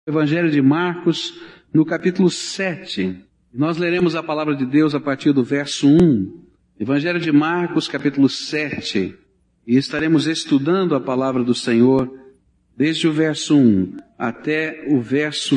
Evangelho de Marcos, no capítulo 7. Nós leremos a palavra de Deus a partir do verso 1. Evangelho de Marcos, capítulo 7. E estaremos estudando a palavra do Senhor desde o verso 1 até o verso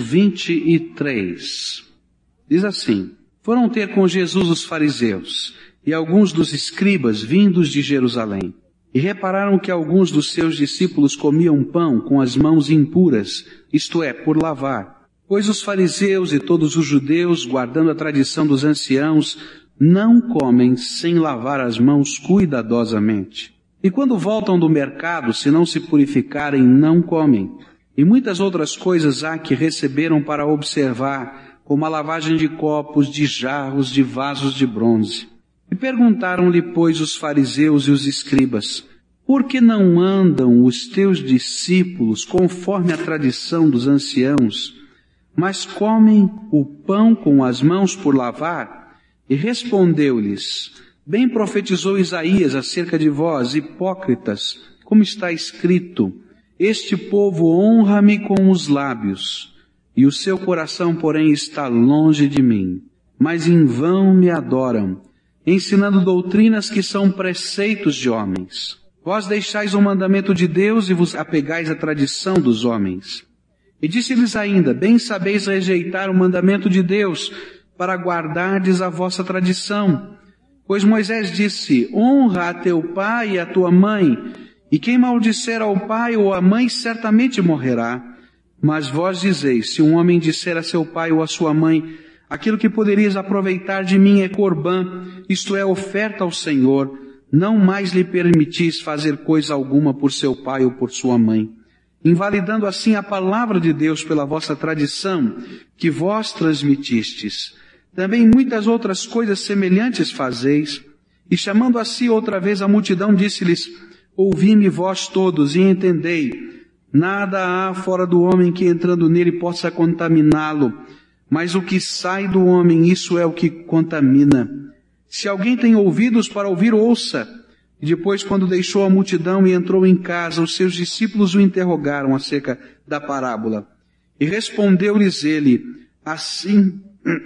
23. Diz assim: Foram ter com Jesus os fariseus e alguns dos escribas vindos de Jerusalém. E repararam que alguns dos seus discípulos comiam pão com as mãos impuras, isto é, por lavar. Pois os fariseus e todos os judeus, guardando a tradição dos anciãos, não comem sem lavar as mãos cuidadosamente. E quando voltam do mercado, se não se purificarem, não comem. E muitas outras coisas há que receberam para observar, como a lavagem de copos, de jarros, de vasos de bronze. E perguntaram-lhe, pois, os fariseus e os escribas: Por que não andam os teus discípulos conforme a tradição dos anciãos, mas comem o pão com as mãos por lavar? E respondeu-lhes: Bem profetizou Isaías acerca de vós, hipócritas, como está escrito: Este povo honra-me com os lábios, e o seu coração, porém, está longe de mim. Mas em vão me adoram, ensinando doutrinas que são preceitos de homens. Vós deixais o mandamento de Deus e vos apegais à tradição dos homens. E disse-lhes ainda: Bem sabeis rejeitar o mandamento de Deus, para guardardes a vossa tradição. Pois Moisés disse: Honra a teu pai e a tua mãe, e quem maldisser ao pai ou à mãe certamente morrerá. Mas vós dizeis: Se um homem disser a seu pai ou a sua mãe: Aquilo que poderias aproveitar de mim é corbã, isto é, oferta ao Senhor, não mais lhe permitis fazer coisa alguma por seu pai ou por sua mãe, invalidando assim a palavra de Deus pela vossa tradição, que vós transmitistes. Também muitas outras coisas semelhantes fazeis. E chamando a si outra vez a multidão, disse-lhes: Ouvi-me vós todos e entendei. Nada há fora do homem que entrando nele possa contaminá-lo, mas o que sai do homem, isso é o que contamina. Se alguém tem ouvidos para ouvir, ouça. E depois, quando deixou a multidão e entrou em casa, os seus discípulos o interrogaram acerca da parábola. E respondeu-lhes ele: Assim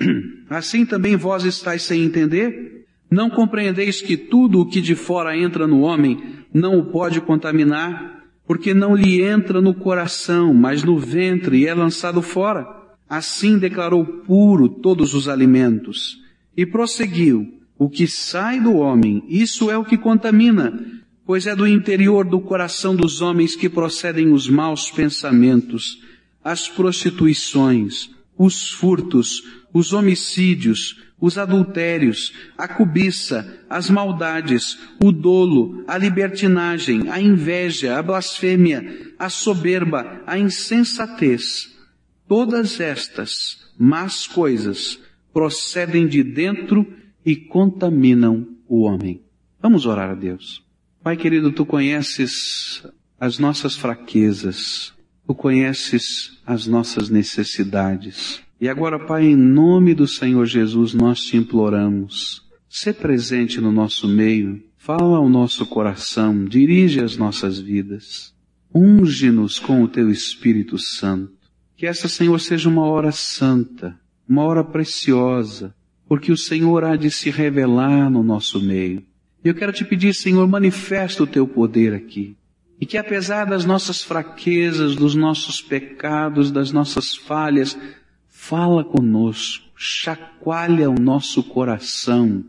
também vós estáis sem entender? Não compreendeis que tudo o que de fora entra no homem não o pode contaminar, porque não lhe entra no coração, mas no ventre, e é lançado fora? Assim declarou puro todos os alimentos. E prosseguiu: O que sai do homem, isso é o que contamina, pois é do interior do coração dos homens que procedem os maus pensamentos, as prostituições, os furtos, os homicídios, os adultérios, a cobiça, as maldades, o dolo, a libertinagem, a inveja, a blasfêmia, a soberba, a insensatez. Todas estas más coisas procedem de dentro e contaminam o homem. Vamos orar a Deus. Pai querido, Tu conheces as nossas fraquezas, Tu conheces as nossas necessidades. E agora, Pai, em nome do Senhor Jesus, nós Te imploramos. Sê presente no nosso meio, fala ao nosso coração, dirige as nossas vidas. Unge-nos com o Teu Espírito Santo. Que essa, Senhor, seja uma hora santa, uma hora preciosa, porque o Senhor há de se revelar no nosso meio. E eu quero Te pedir, Senhor, manifesta o Teu poder aqui. E que apesar das nossas fraquezas, dos nossos pecados, das nossas falhas, fala conosco, chacoalha o nosso coração,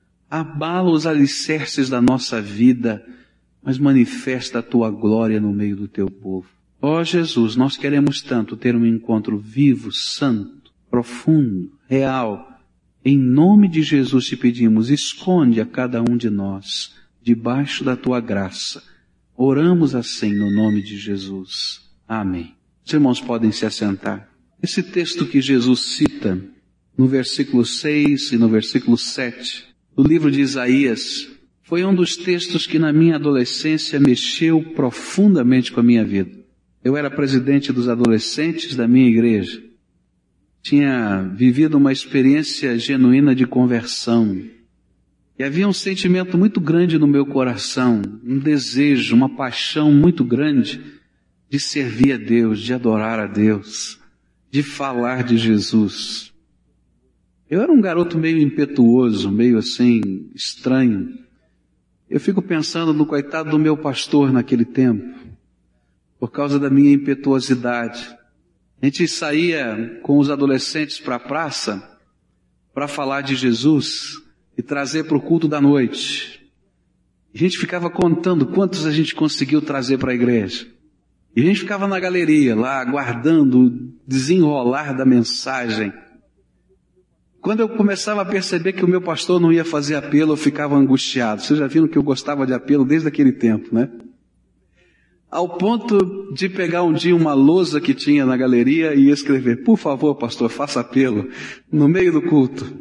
abala os alicerces da nossa vida, mas manifesta a Tua glória no meio do Teu povo. Ó Jesus, nós queremos tanto ter um encontro vivo, santo, profundo, real. Em nome de Jesus Te pedimos, esconde a cada um de nós, debaixo da Tua graça. Oramos assim no nome de Jesus. Amém. Os irmãos podem se assentar. Esse texto que Jesus cita, no versículo 6 e no versículo 7, do livro de Isaías, foi um dos textos que na minha adolescência mexeu profundamente com a minha vida. Eu era presidente dos adolescentes da minha igreja. Tinha vivido uma experiência genuína de conversão. E havia um sentimento muito grande no meu coração, um desejo, uma paixão muito grande de servir a Deus, de adorar a Deus. de falar de Jesus. Eu era um garoto meio impetuoso, meio assim, estranho. Eu fico pensando no coitado do meu pastor naquele tempo, por causa da minha impetuosidade. A gente saía com os adolescentes para a praça para falar de Jesus e trazer para o culto da noite. A gente ficava contando quantos a gente conseguiu trazer para a igreja. E a gente ficava na galeria lá, aguardando o desenrolar da mensagem. Quando eu começava a perceber que o meu pastor não ia fazer apelo, eu ficava angustiado. Vocês já viram que eu gostava de apelo desde aquele tempo, né? Ao ponto de pegar um dia uma lousa que tinha na galeria e escrever: por favor, pastor, faça apelo, no meio do culto.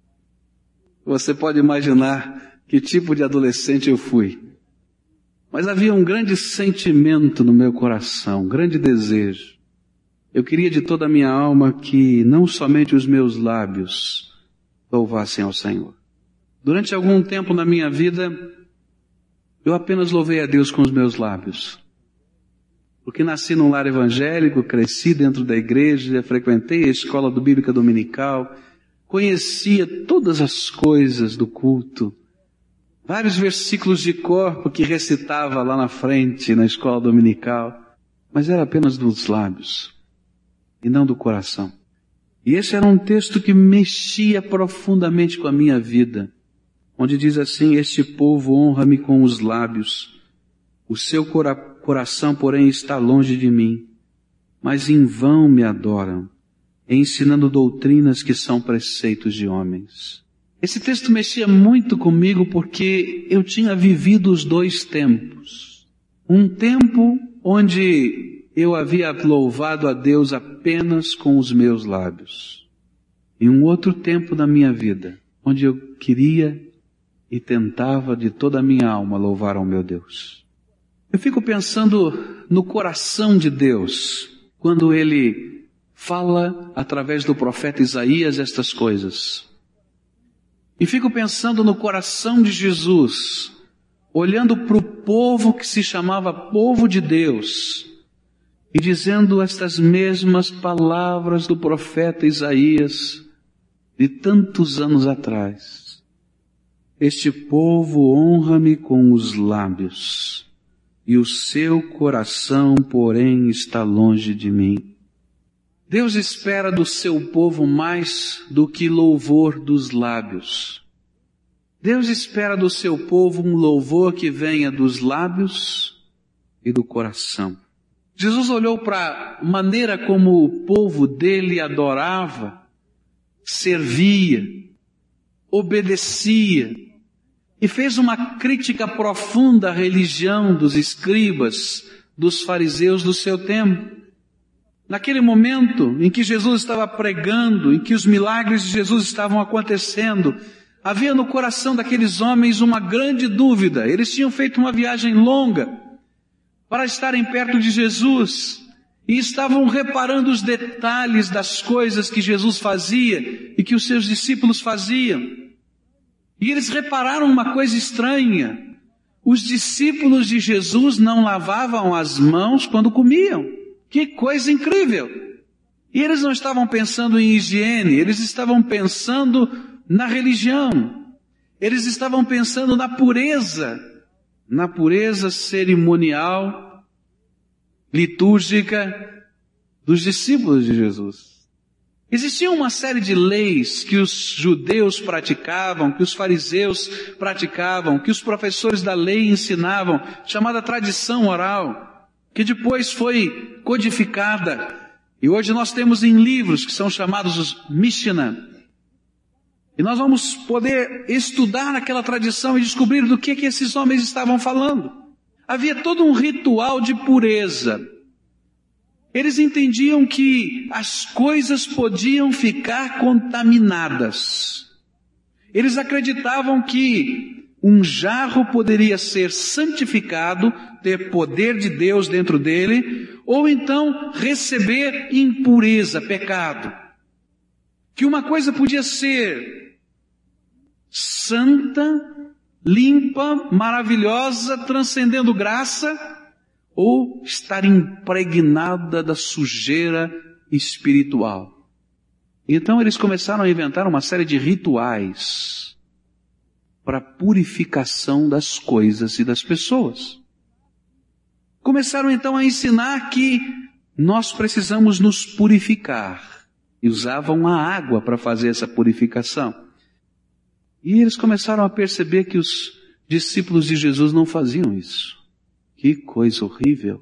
Você pode imaginar que tipo de adolescente eu fui. Mas havia um grande sentimento no meu coração, um grande desejo. Eu queria de toda a minha alma que não somente os meus lábios louvassem ao Senhor. Durante algum tempo na minha vida, eu apenas louvei a Deus com os meus lábios. Porque nasci num lar evangélico, cresci dentro da igreja, frequentei a escola bíblica dominical, conhecia todas as coisas do culto, vários versículos de cor que recitava lá na frente, na escola dominical, mas era apenas dos lábios e não do coração. E esse era um texto que mexia profundamente com a minha vida, onde diz assim: este povo honra-me com os lábios, o seu coração, porém, está longe de mim, mas em vão me adoram, ensinando doutrinas que são preceitos de homens. Esse texto mexia muito comigo porque eu tinha vivido os dois tempos. Um tempo onde eu havia louvado a Deus apenas com os meus lábios. E um outro tempo na minha vida, onde eu queria e tentava de toda a minha alma louvar ao meu Deus. Eu fico pensando no coração de Deus, quando Ele fala através do profeta Isaías estas coisas. E fico pensando no coração de Jesus, olhando para o povo que se chamava povo de Deus, e dizendo estas mesmas palavras do profeta Isaías, de tantos anos atrás. Este povo honra-me com os lábios, e o seu coração, porém, está longe de mim. Deus espera do seu povo mais do que louvor dos lábios. Deus espera do seu povo um louvor que venha dos lábios e do coração. Jesus olhou para a maneira como o povo dele adorava, servia, obedecia, e fez uma crítica profunda à religião dos escribas, dos fariseus do seu tempo. Naquele momento em que Jesus estava pregando, em que os milagres de Jesus estavam acontecendo, havia no coração daqueles homens uma grande dúvida. Eles tinham feito uma viagem longa para estarem perto de Jesus e estavam reparando os detalhes das coisas que Jesus fazia e que os seus discípulos faziam. E eles repararam uma coisa estranha: os discípulos de Jesus não lavavam as mãos quando comiam. Que coisa incrível! E eles não estavam pensando em higiene, eles estavam pensando na religião. Eles estavam pensando na pureza cerimonial, litúrgica dos discípulos de Jesus. Existia uma série de leis que os judeus praticavam, que os fariseus praticavam, que os professores da lei ensinavam, chamada tradição oral, que depois foi codificada. E hoje nós temos em livros que são chamados os Mishnah. E nós vamos poder estudar aquela tradição e descobrir do que esses homens estavam falando. Havia todo um ritual de pureza. Eles entendiam que as coisas podiam ficar contaminadas. Eles acreditavam que um jarro poderia ser santificado, ter poder de Deus dentro dele, ou então receber impureza, pecado. Que uma coisa podia ser santa, limpa, maravilhosa, transcendendo graça, ou estar impregnada da sujeira espiritual. Então eles começaram a inventar uma série de rituais para a purificação das coisas e das pessoas. Começaram então a ensinar que nós precisamos nos purificar. E usavam a água para fazer essa purificação. E eles começaram a perceber que os discípulos de Jesus não faziam isso. Que coisa horrível.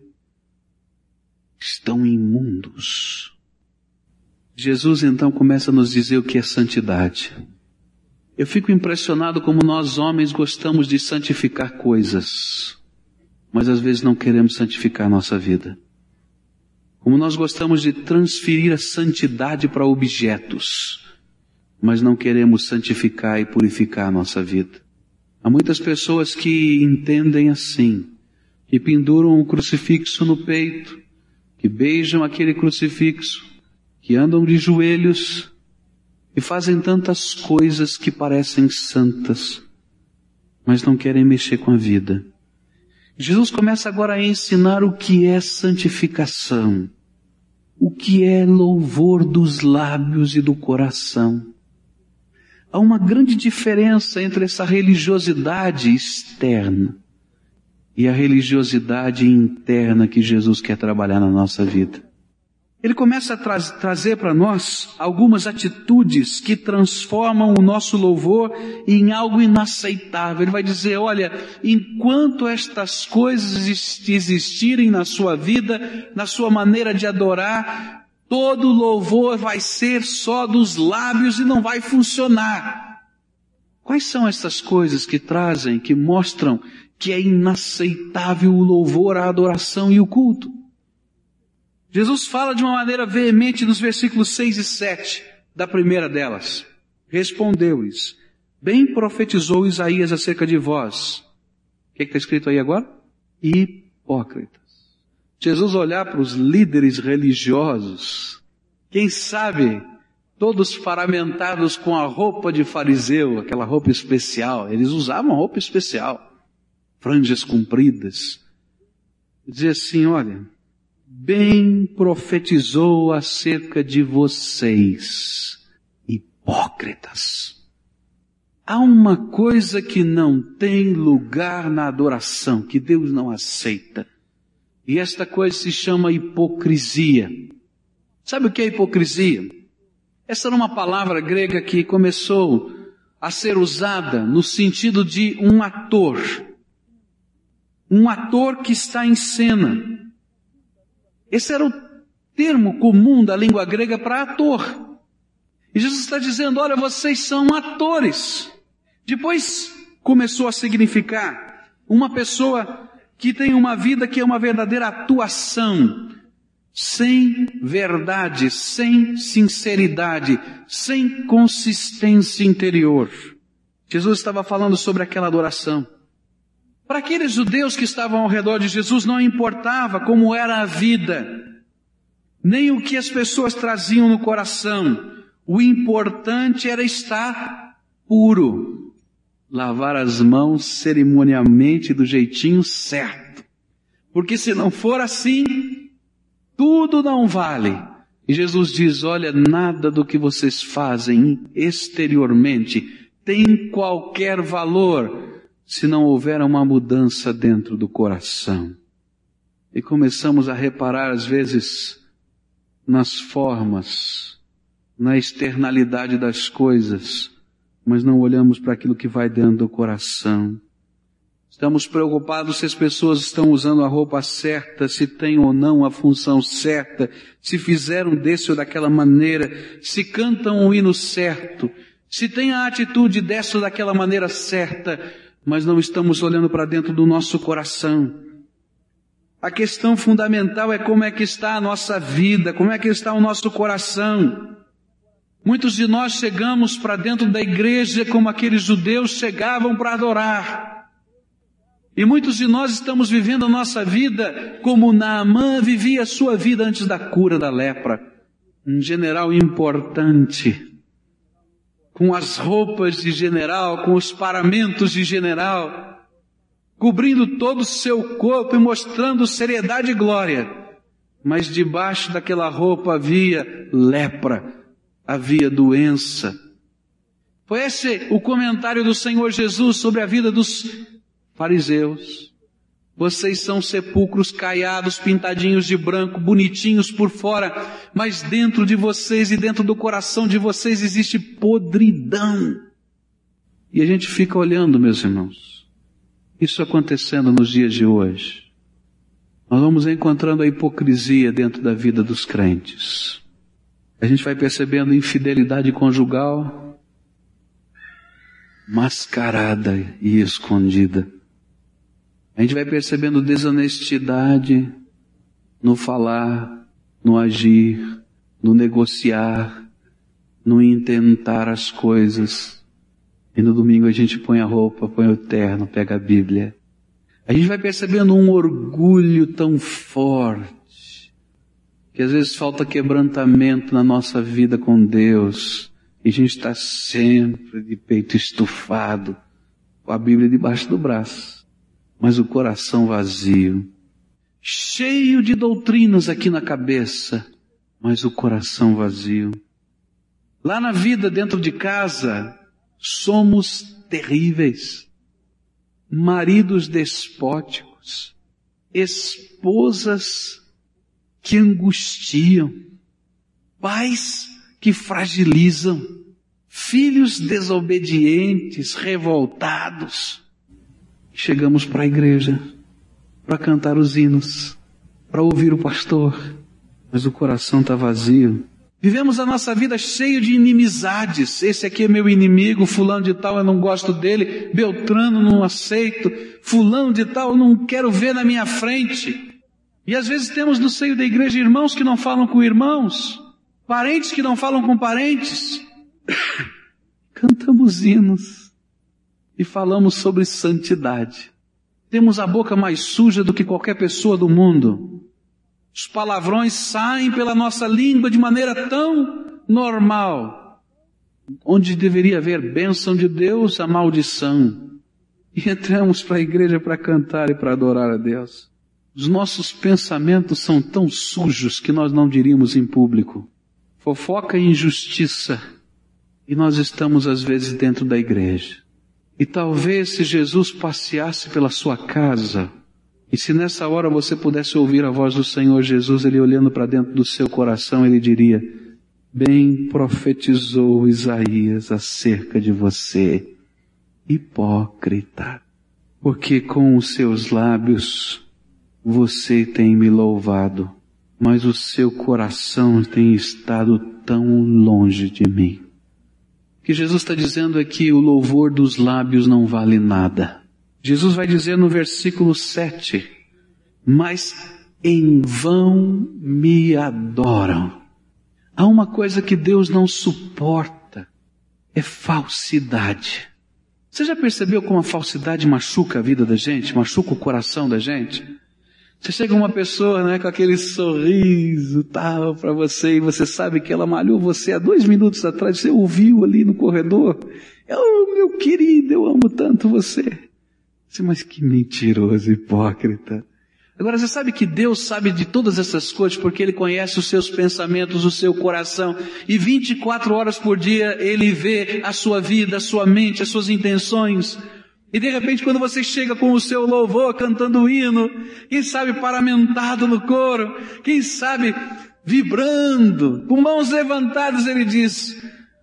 Estão imundos. Jesus então começa a nos dizer o que é santidade. Eu fico impressionado como nós homens gostamos de santificar coisas, mas às vezes não queremos santificar a nossa vida. Como nós gostamos de transferir a santidade para objetos, mas não queremos santificar e purificar a nossa vida. Há muitas pessoas que entendem assim, que penduram um crucifixo no peito, que beijam aquele crucifixo, que andam de joelhos e fazem tantas coisas que parecem santas, mas não querem mexer com a vida. Jesus começa agora a ensinar o que é santificação, o que é louvor dos lábios e do coração. Há uma grande diferença entre essa religiosidade externa e a religiosidade interna que Jesus quer trabalhar na nossa vida. Ele começa a trazer para nós algumas atitudes que transformam o nosso louvor em algo inaceitável. Ele vai dizer, olha, enquanto estas coisas existirem na sua vida, na sua maneira de adorar, todo louvor vai ser só dos lábios e não vai funcionar. Quais são essas coisas que trazem, que mostram que é inaceitável o louvor, a adoração e o culto? Jesus fala de uma maneira veemente nos versículos 6 e 7 da primeira delas. Respondeu-lhes, bem profetizou Isaías acerca de vós. O que está escrito aí agora? Hipócritas. Jesus olhar para os líderes religiosos, quem sabe todos paramentados com a roupa de fariseu, aquela roupa especial, eles usavam roupa especial, franjas compridas. Dizia assim, olha, bem profetizou acerca de vocês, hipócritas. Há uma coisa que não tem lugar na adoração, que Deus não aceita. E esta coisa se chama hipocrisia. Sabe o que é hipocrisia? Essa era uma palavra grega que começou a ser usada no sentido de um ator. Um ator que está em cena. Esse era o termo comum da língua grega para ator. E Jesus está dizendo, olha, vocês são atores. Depois começou a significar uma pessoa que tem uma vida que é uma verdadeira atuação, sem verdade, sem sinceridade, sem consistência interior. Jesus estava falando sobre aquela adoração. Para aqueles judeus que estavam ao redor de Jesus, não importava como era a vida, nem o que as pessoas traziam no coração. O importante era estar puro, lavar as mãos cerimonialmente do jeitinho certo. Porque se não for assim, tudo não vale. E Jesus diz, olha, nada do que vocês fazem exteriormente tem qualquer valor se não houver uma mudança dentro do coração. E começamos a reparar às vezes nas formas, na externalidade das coisas, mas não olhamos para aquilo que vai dentro do coração. Estamos preocupados se as pessoas estão usando a roupa certa, se tem ou não a função certa, se fizeram desse ou daquela maneira, se cantam o hino certo, se tem a atitude dessa ou daquela maneira certa, mas não estamos olhando para dentro do nosso coração. A questão fundamental é como é que está a nossa vida, como é que está o nosso coração. Muitos de nós chegamos para dentro da igreja como aqueles judeus chegavam para adorar. E muitos de nós estamos vivendo a nossa vida como Naamã vivia a sua vida antes da cura da lepra. Um general importante, com as roupas de general, com os paramentos de general, cobrindo todo o seu corpo e mostrando seriedade e glória. mas debaixo daquela roupa havia lepra, havia doença. Foi esse o comentário do Senhor Jesus sobre a vida dos fariseus. Vocês são sepulcros caiados, pintadinhos de branco, bonitinhos por fora, mas dentro de vocês e dentro do coração de vocês existe podridão. E a gente fica olhando, meus irmãos, isso acontecendo nos dias de hoje. Nós vamos encontrando a hipocrisia dentro da vida dos crentes. A gente vai percebendo infidelidade conjugal, mascarada e escondida. A gente vai percebendo desonestidade no falar, no agir, no negociar, no intentar as coisas. E no domingo a gente põe a roupa, põe o terno, pega a Bíblia. A gente vai percebendo um orgulho tão forte, que às vezes falta quebrantamento na nossa vida com Deus. E a gente está sempre de peito estufado, com a Bíblia debaixo do braço, mas o coração vazio, cheio de doutrinas aqui na cabeça, mas o coração vazio. Lá na vida, dentro de casa, somos terríveis, maridos despóticos, esposas que angustiam, pais que fragilizam, filhos desobedientes, revoltados. Chegamos para a igreja, para cantar os hinos, para ouvir o pastor, mas o coração está vazio. Vivemos a nossa vida cheio de inimizades. Esse aqui é meu inimigo, fulano de tal eu não gosto dele, Beltrano não aceito, fulano de tal eu não quero ver na minha frente. E às vezes temos no seio da igreja irmãos que não falam com irmãos, parentes que não falam com parentes. Cantamos hinos e falamos sobre santidade. Temos a boca mais suja do que qualquer pessoa do mundo. Os palavrões saem pela nossa língua de maneira tão normal. Onde deveria haver bênção de Deus, a maldição. E entramos para a igreja para cantar e para adorar a Deus. Os nossos pensamentos são tão sujos que nós não diríamos em público. Fofoca e injustiça. E nós estamos às vezes dentro da igreja. E talvez se Jesus passeasse pela sua casa, e se nessa hora você pudesse ouvir a voz do Senhor Jesus, Ele olhando para dentro do seu coração, Ele diria: bem profetizou Isaías acerca de você, hipócrita, porque com os seus lábios você tem me louvado, mas o seu coração tem estado tão longe de mim. O que Jesus está dizendo é que o louvor dos lábios não vale nada. Jesus vai dizer no versículo 7, mas em vão me adoram. Há uma coisa que Deus não suporta, é falsidade. Você já percebeu como a falsidade machuca a vida da gente, machuca o coração da gente? Você chega uma pessoa, né, com aquele sorriso tal para você, e você sabe que ela malhou você há 2 minutos atrás, você ouviu ali no corredor. Meu querido, eu amo tanto você. Mas que mentiroso, hipócrita. Agora você sabe que Deus sabe de todas essas coisas porque Ele conhece os seus pensamentos, o seu coração. E 24 horas por dia Ele vê a sua vida, a sua mente, as suas intenções. E de repente quando você chega com o seu louvor, cantando o hino, quem sabe paramentado no coro, quem sabe vibrando, com mãos levantadas, Ele diz: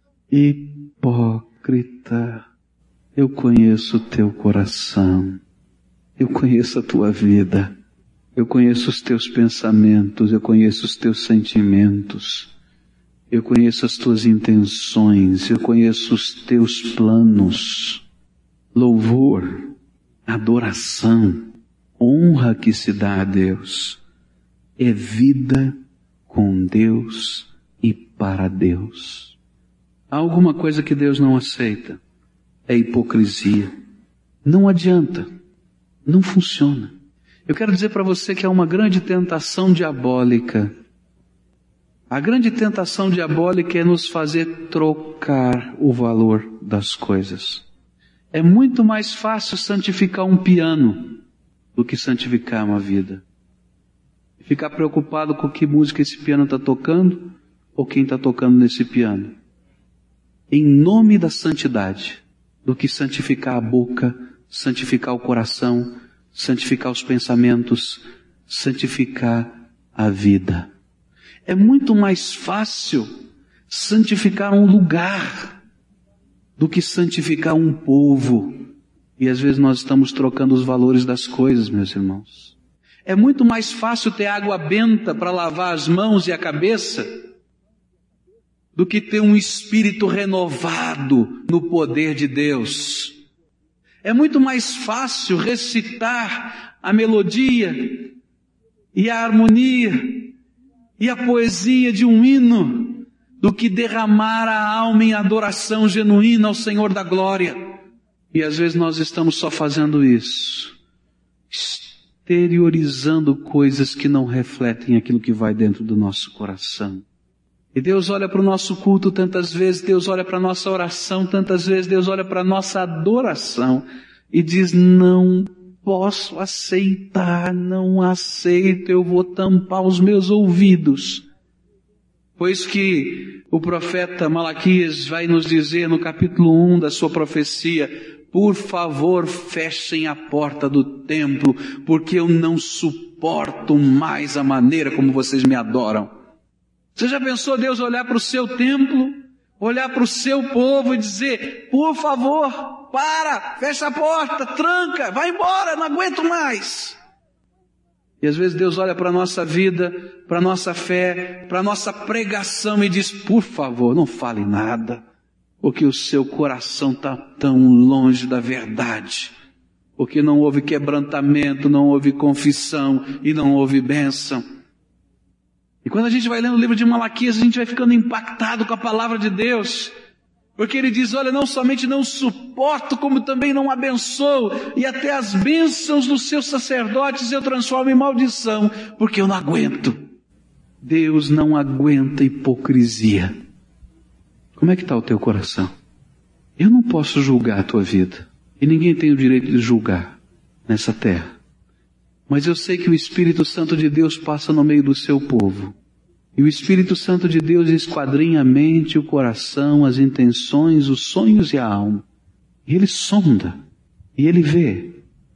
hipócrita, eu conheço o teu coração, eu conheço a tua vida, eu conheço os teus pensamentos, eu conheço os teus sentimentos, eu conheço as tuas intenções, eu conheço os teus planos. Louvor, adoração, honra que se dá a Deus, é vida com Deus e para Deus. Há alguma coisa que Deus não aceita, é hipocrisia. Não adianta, não funciona. Eu quero dizer para você que há uma grande tentação diabólica. A grande tentação diabólica é nos fazer trocar o valor das coisas. É muito mais fácil santificar um piano do que santificar uma vida. Ficar preocupado com que música esse piano está tocando ou quem está tocando nesse piano. Em nome da santidade, do que santificar a boca, santificar o coração, santificar os pensamentos, santificar a vida. É muito mais fácil santificar um lugar do que santificar um povo. E às vezes nós estamos trocando os valores das coisas, meus irmãos. É muito mais fácil ter água benta para lavar as mãos e a cabeça do que ter um espírito renovado no poder de Deus. É muito mais fácil recitar a melodia e a harmonia e a poesia de um hino do que derramar a alma em adoração genuína ao Senhor da glória. E às vezes nós estamos só fazendo isso, exteriorizando coisas que não refletem aquilo que vai dentro do nosso coração. E Deus olha para o nosso culto tantas vezes, Deus olha para a nossa oração tantas vezes, Deus olha para a nossa adoração e diz: não posso aceitar, não aceito, eu vou tampar os meus ouvidos. Pois que o profeta Malaquias vai nos dizer no capítulo 1 da sua profecia: por favor, fechem a porta do templo, porque eu não suporto mais a maneira como vocês me adoram. Você já pensou Deus olhar para o seu templo, olhar para o seu povo e dizer: por favor, fecha a porta, tranca, vai embora, não aguento mais. E às vezes Deus olha para a nossa vida, para a nossa fé, para a nossa pregação e diz: por favor, não fale nada, porque o seu coração está tão longe da verdade, porque não houve quebrantamento, não houve confissão e não houve bênção. E quando a gente vai lendo o livro de Malaquias, a gente vai ficando impactado com a palavra de Deus, porque ele diz: olha, não somente não suporto, como também não abençoo, e até as bênçãos dos seus sacerdotes eu transformo em maldição, porque eu não aguento. Deus não aguenta hipocrisia. Como é que está o teu coração? Eu não posso julgar a tua vida, e ninguém tem o direito de julgar nessa terra. Mas eu sei que o Espírito Santo de Deus passa no meio do seu povo. E o Espírito Santo de Deus esquadrinha a mente, o coração, as intenções, os sonhos e a alma. E Ele sonda. E Ele vê.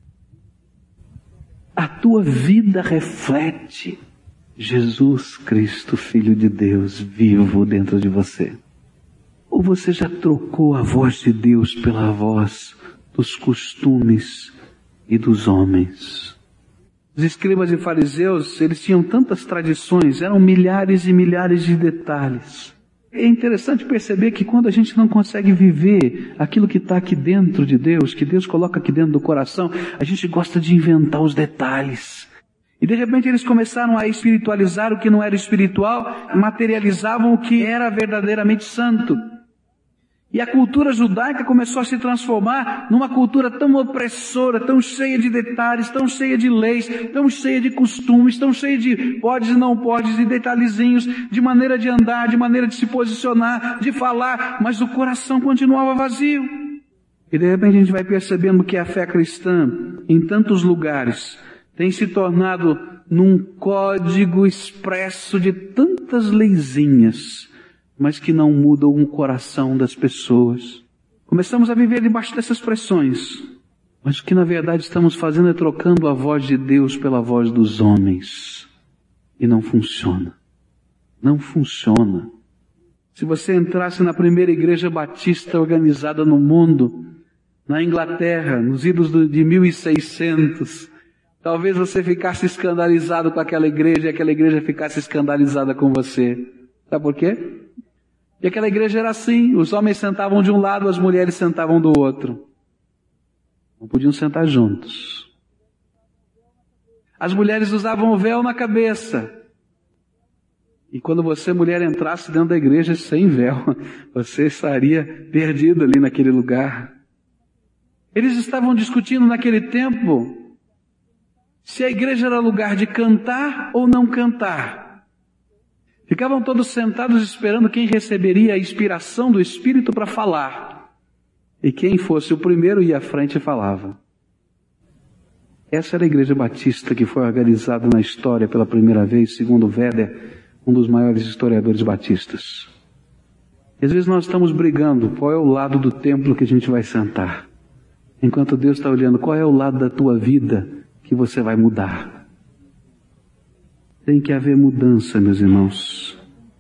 A tua vida reflete Jesus Cristo, Filho de Deus, vivo dentro de você. Ou você já trocou a voz de Deus pela voz dos costumes e dos homens? Os escribas e fariseus, eles tinham tantas tradições, eram milhares e milhares de detalhes. É interessante perceber que quando a gente não consegue viver aquilo que está aqui dentro de Deus, que Deus coloca aqui dentro do coração, a gente gosta de inventar os detalhes. E de repente eles começaram a espiritualizar o que não era espiritual, materializavam o que era verdadeiramente santo. E a cultura judaica começou a se transformar numa cultura tão opressora, tão cheia de detalhes, tão cheia de leis, tão cheia de costumes, tão cheia de podes e não podes, de detalhezinhos, de maneira de andar, de maneira de se posicionar, de falar, mas o coração continuava vazio. E de repente a gente vai percebendo que a fé cristã, em tantos lugares, tem se tornado num código expresso de tantas leizinhas, mas que não mudam o coração das pessoas. Começamos a viver debaixo dessas pressões, mas o que na verdade estamos fazendo é trocando a voz de Deus pela voz dos homens. E não funciona. Não funciona. Se você entrasse na primeira igreja batista organizada no mundo, na Inglaterra, nos idos de 1600, talvez você ficasse escandalizado com aquela igreja e aquela igreja ficasse escandalizada com você. Sabe por quê? E aquela igreja era assim, os homens sentavam de um lado, as mulheres sentavam do outro. Não podiam sentar juntos. As mulheres usavam o véu na cabeça. E quando você, mulher, entrasse dentro da igreja sem véu, você estaria perdido ali naquele lugar. Eles estavam discutindo naquele tempo se a igreja era lugar de cantar ou não cantar. Ficavam todos sentados esperando quem receberia a inspiração do Espírito para falar. E quem fosse o primeiro ia à frente e falava. Essa era a igreja batista que foi organizada na história pela primeira vez, segundo Weber, um dos maiores historiadores batistas. E às vezes nós estamos brigando qual é o lado do templo que a gente vai sentar, enquanto Deus está olhando qual é o lado da tua vida que você vai mudar. Tem que haver mudança, meus irmãos.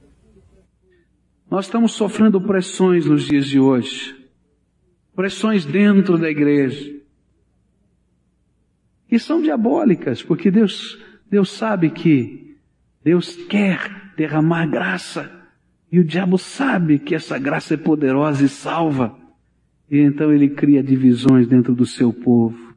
Nós estamos sofrendo pressões nos dias de hoje, pressões dentro da igreja, que são diabólicas, porque Deus sabe que Deus quer derramar graça, e o diabo sabe que essa graça é poderosa e salva, e então ele cria divisões dentro do seu povo.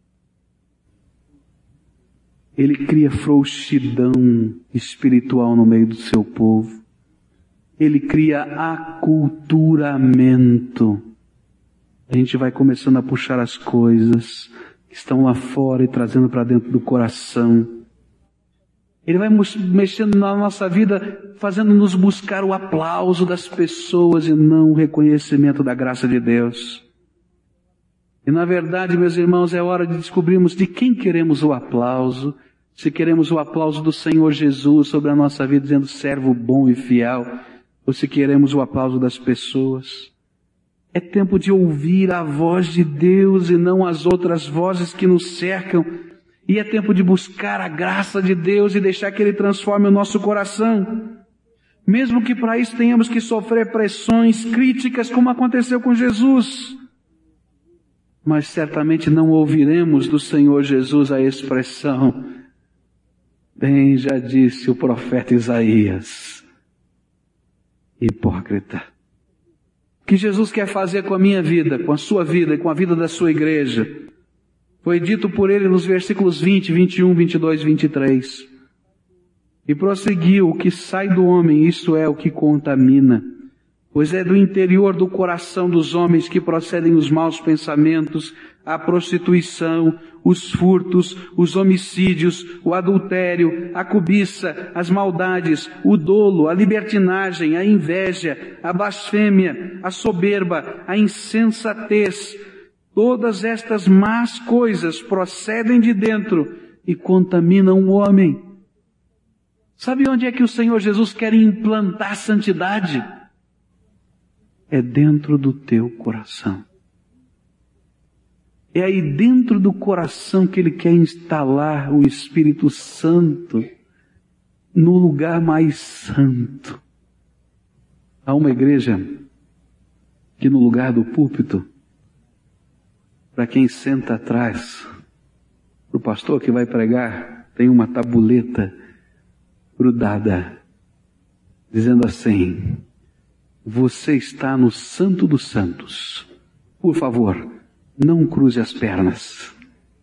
Ele cria frouxidão espiritual no meio do seu povo. Ele cria aculturamento. A gente vai começando a puxar as coisas que estão lá fora e trazendo para dentro do coração. Ele vai mexendo na nossa vida, fazendo-nos buscar o aplauso das pessoas e não o reconhecimento da graça de Deus. E na verdade, meus irmãos, é hora de descobrirmos de quem queremos o aplauso. Se queremos o aplauso do Senhor Jesus sobre a nossa vida, dizendo servo bom e fiel, ou se queremos o aplauso das pessoas. É tempo de ouvir a voz de Deus e não as outras vozes que nos cercam. E é tempo de buscar a graça de Deus e deixar que Ele transforme o nosso coração. Mesmo que para isso tenhamos que sofrer pressões, críticas, como aconteceu com Jesus. Mas certamente não ouviremos do Senhor Jesus a expressão: bem já disse o profeta Isaías, hipócrita. O que Jesus quer fazer com a minha vida, com a sua vida e com a vida da sua igreja, foi dito por ele nos versículos 20, 21, 22, 23. E prosseguiu: o que sai do homem, isto é o que contamina. Pois é do interior do coração dos homens que procedem os maus pensamentos, a prostituição, os furtos, os homicídios, o adultério, a cobiça, as maldades, o dolo, a libertinagem, a inveja, a blasfêmia, a soberba, a insensatez. Todas estas más coisas procedem de dentro e contaminam o homem. Sabe onde é que o Senhor Jesus quer implantar santidade? É dentro do teu coração. É aí dentro do coração que Ele quer instalar o Espírito Santo no lugar mais santo. Há uma igreja que no lugar do púlpito, para quem senta atrás, para o pastor que vai pregar, tem uma tabuleta grudada, dizendo assim: você está no Santo dos Santos. Por favor, não cruze as pernas.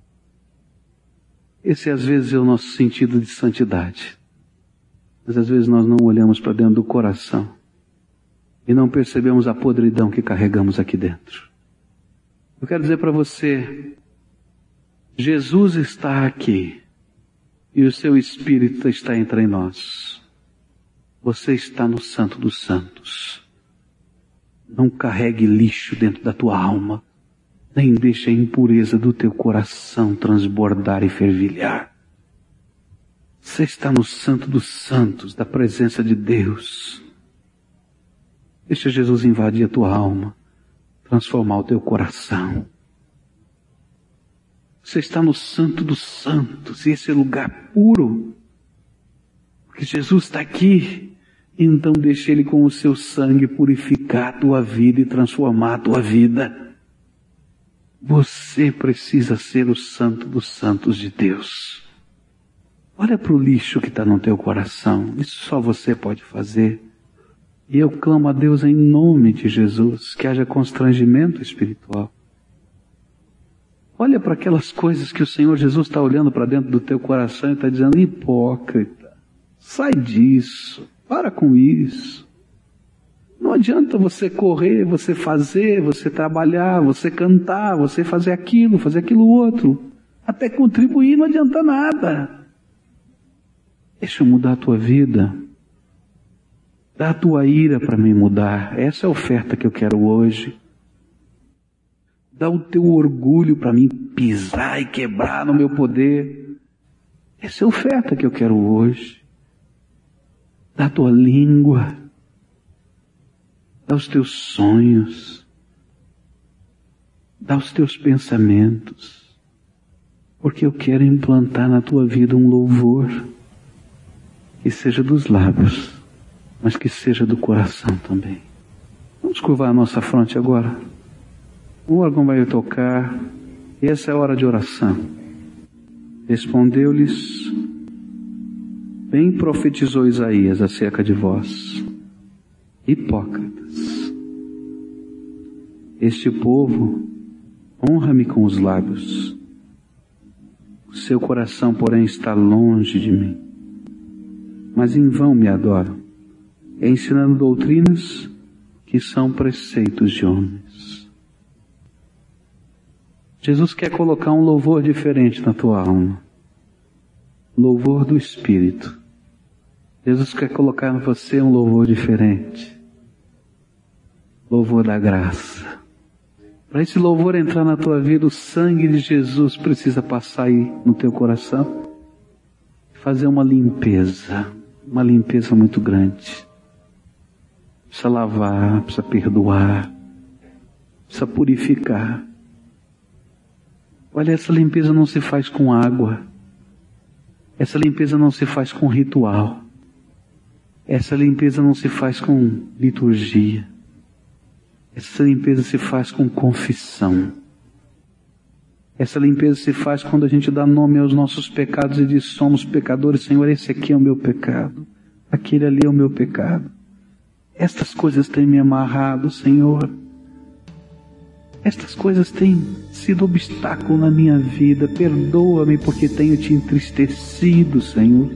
Esse às vezes é o nosso sentido de santidade. Mas às vezes nós não olhamos para dentro do coração e não percebemos a podridão que carregamos aqui dentro. Eu quero dizer para você, Jesus está aqui e o seu Espírito está entre nós. Você está no Santo dos Santos. Não carregue lixo dentro da tua alma, nem deixe a impureza do teu coração transbordar e fervilhar. Você está no Santo dos Santos, da presença de Deus. Deixa Jesus invadir a tua alma, transformar o teu coração. Você está no Santo dos Santos, e esse é lugar puro, porque Jesus está aqui. Então deixe Ele com o seu sangue purificar a tua vida e transformar a tua vida. Você precisa ser o Santo dos Santos de Deus. Olha para o lixo que está no teu coração. Isso só você pode fazer. E eu clamo a Deus em nome de Jesus, que haja constrangimento espiritual. Olha para aquelas coisas que o Senhor Jesus está olhando para dentro do teu coração e está dizendo: hipócrita, sai disso. Para com isso. Não adianta você correr, você fazer, você trabalhar, você cantar, você fazer aquilo outro. Até contribuir não adianta nada. Deixa eu mudar a tua vida. Dá a tua ira para me mudar. Essa é a oferta que eu quero hoje. Dá o teu orgulho para mim pisar e quebrar no meu poder. Essa é a oferta que eu quero hoje. Dá a tua língua. Dá os teus sonhos. Dá os teus pensamentos. Porque eu quero implantar na tua vida um louvor que seja dos lábios, mas que seja do coração também. Vamos curvar a nossa fronte agora. O órgão vai tocar, e essa é a hora de oração. Respondeu-lhes, bem profetizou Isaías acerca de vós, hipócritas. Este povo honra-me com os lábios, o seu coração, porém, está longe de mim. Mas em vão me adoram, ensinando doutrinas que são preceitos de homens. Jesus quer colocar um louvor diferente na tua alma. Louvor do Espírito. Jesus quer colocar em você um louvor diferente. Louvor da graça. Para esse louvor entrar na tua vida, o sangue de Jesus precisa passar aí no teu coração. Fazer uma limpeza muito grande. Precisa lavar, precisa perdoar, precisa purificar. Olha, essa limpeza não se faz com água. Essa limpeza não se faz com ritual. Essa limpeza não se faz com liturgia. Essa limpeza se faz com confissão. Essa limpeza se faz quando a gente dá nome aos nossos pecados e diz, somos pecadores, Senhor, esse aqui é o meu pecado. Aquele ali é o meu pecado. Estas coisas têm me amarrado, Senhor. Estas coisas têm sido obstáculo na minha vida. Perdoa-me porque tenho te entristecido, Senhor.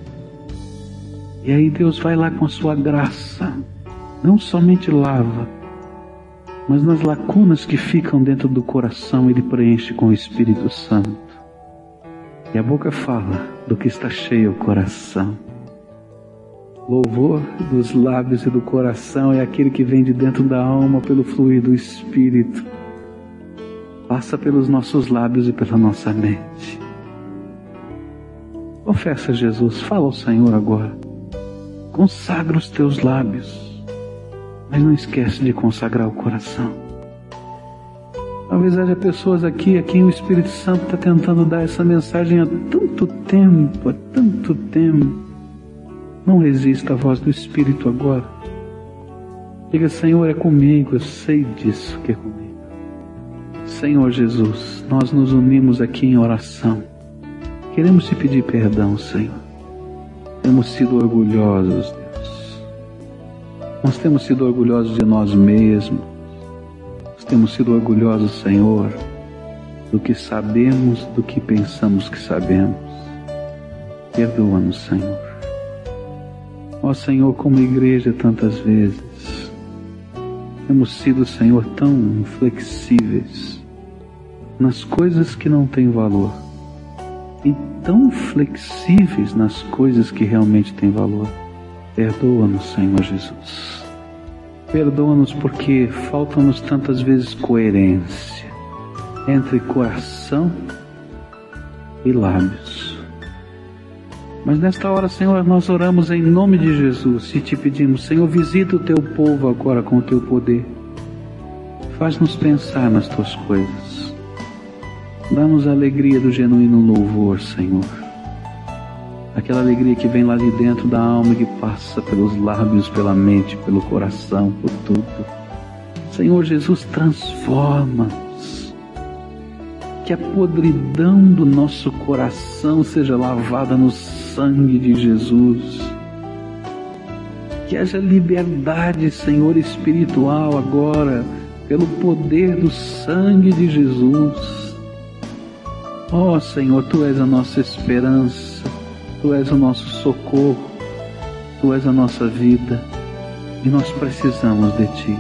E aí Deus vai lá com a sua graça. Não somente lava, mas nas lacunas que ficam dentro do coração Ele preenche com o Espírito Santo. E a boca fala do que está cheio o coração. Louvor dos lábios e do coração é aquele que vem de dentro da alma pelo fluir do Espírito. Passa pelos nossos lábios e pela nossa mente. Confessa a Jesus, fala ao Senhor agora. Consagra os teus lábios, mas não esquece de consagrar o coração. Talvez haja pessoas aqui a quem o Espírito Santo está tentando dar essa mensagem há tanto tempo. Não resista à voz do Espírito agora. Diga, Senhor, é comigo, eu sei disso que é comigo. Senhor Jesus, nós nos unimos aqui em oração. Queremos te pedir perdão, Senhor. Temos sido orgulhosos, Deus. Nós temos sido orgulhosos de nós mesmos. Nós temos sido orgulhosos, Senhor, do que sabemos, do que pensamos que sabemos. Perdoa-nos, Senhor. Ó Senhor, como igreja tantas vezes, temos sido, Senhor, tão inflexíveis nas coisas que não têm valor e tão flexíveis nas coisas que realmente têm valor. Perdoa-nos, Senhor Jesus. Perdoa-nos porque falta-nos tantas vezes coerência entre coração e lábios. Mas nesta hora, Senhor, nós oramos em nome de Jesus e te pedimos, Senhor, visita o teu povo agora com o teu poder. Faz-nos pensar nas tuas coisas. Dá-nos a alegria do genuíno louvor, Senhor. Aquela alegria que vem lá de dentro da alma e que passa pelos lábios, pela mente, pelo coração, por tudo. Senhor Jesus, transforma-nos. Que a podridão do nosso coração seja lavada no sangue de Jesus. Que haja liberdade, Senhor, espiritual agora, pelo poder do sangue de Jesus. Ó Senhor, Tu és a nossa esperança, Tu és o nosso socorro, Tu és a nossa vida e nós precisamos de Ti.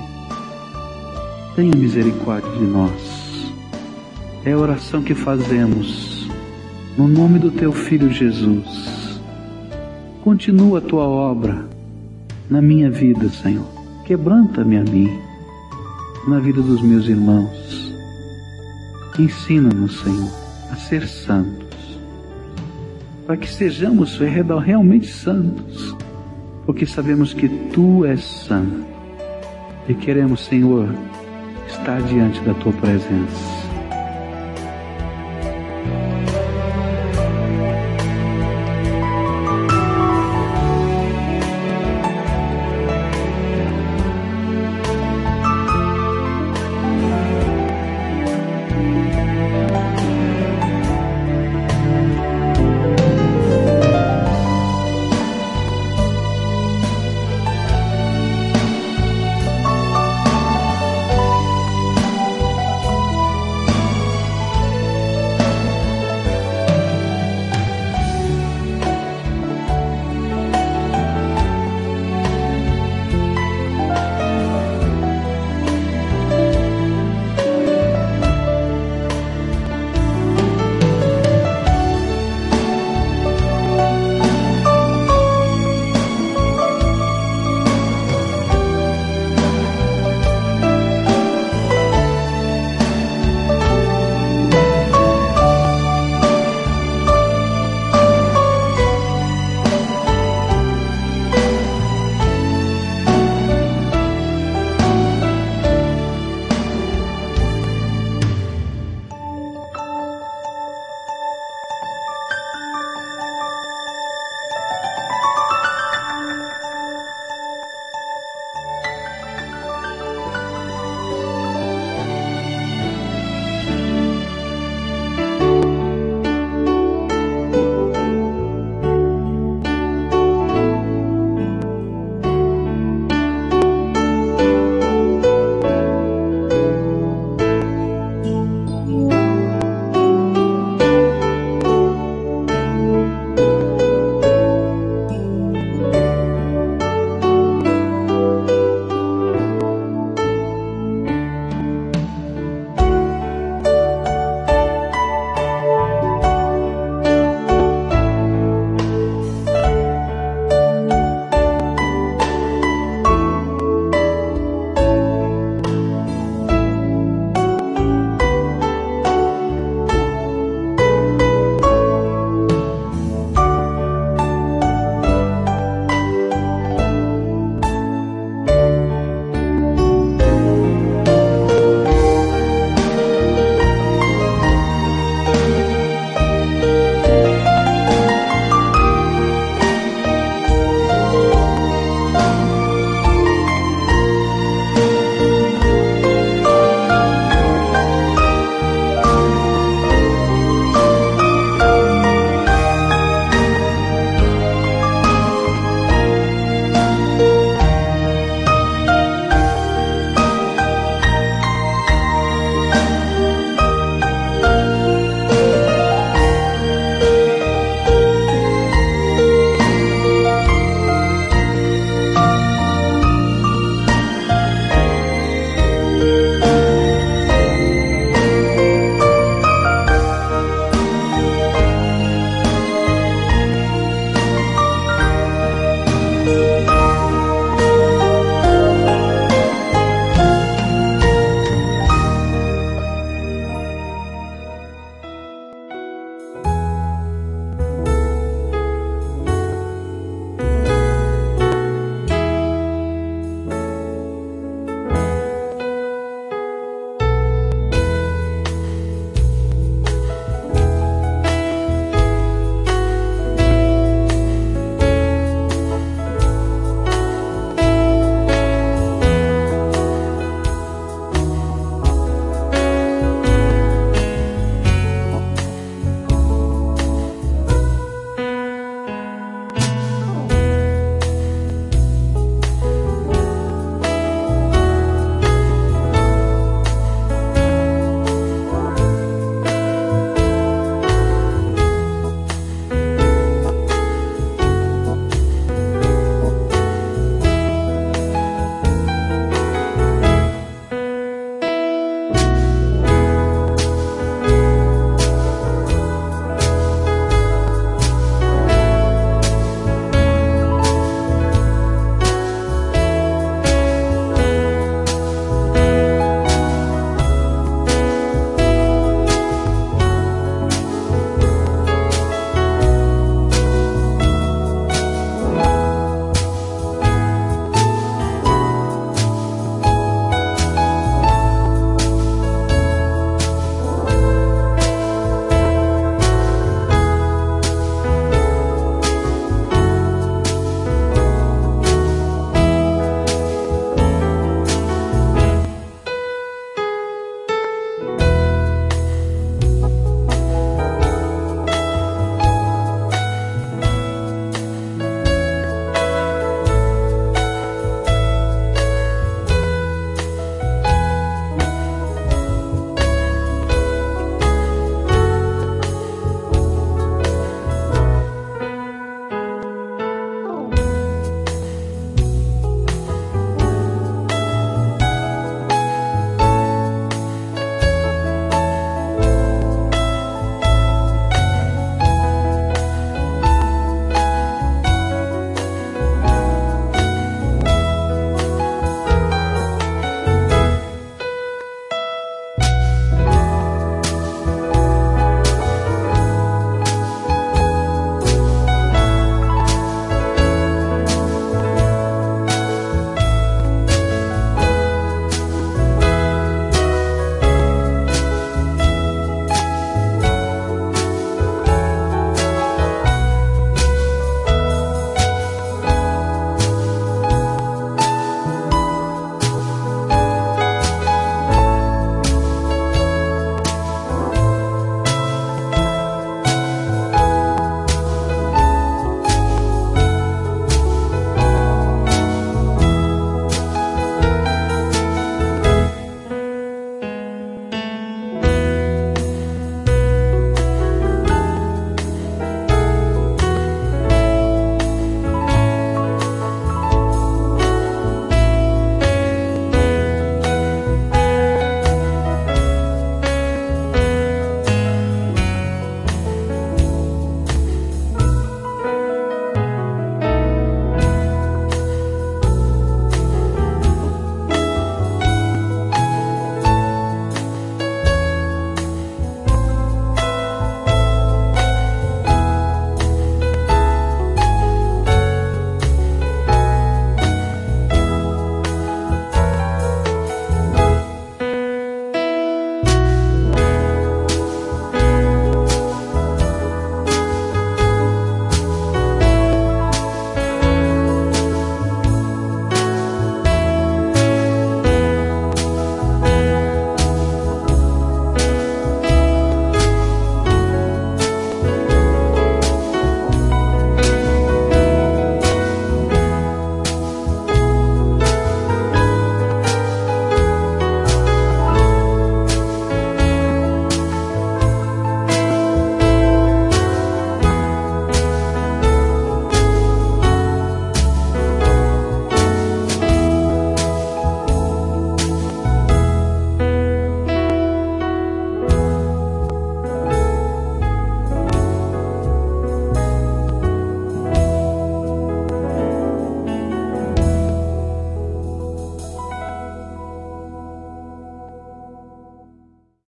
Tenha misericórdia de nós. É a oração que fazemos no nome do Teu Filho Jesus. Continua a Tua obra na minha vida, Senhor. Quebranta-me a mim, na vida dos meus irmãos. Ensina-nos, Senhor, a ser santos, para que sejamos realmente santos, porque sabemos que Tu és santo e queremos, Senhor, estar diante da Tua presença.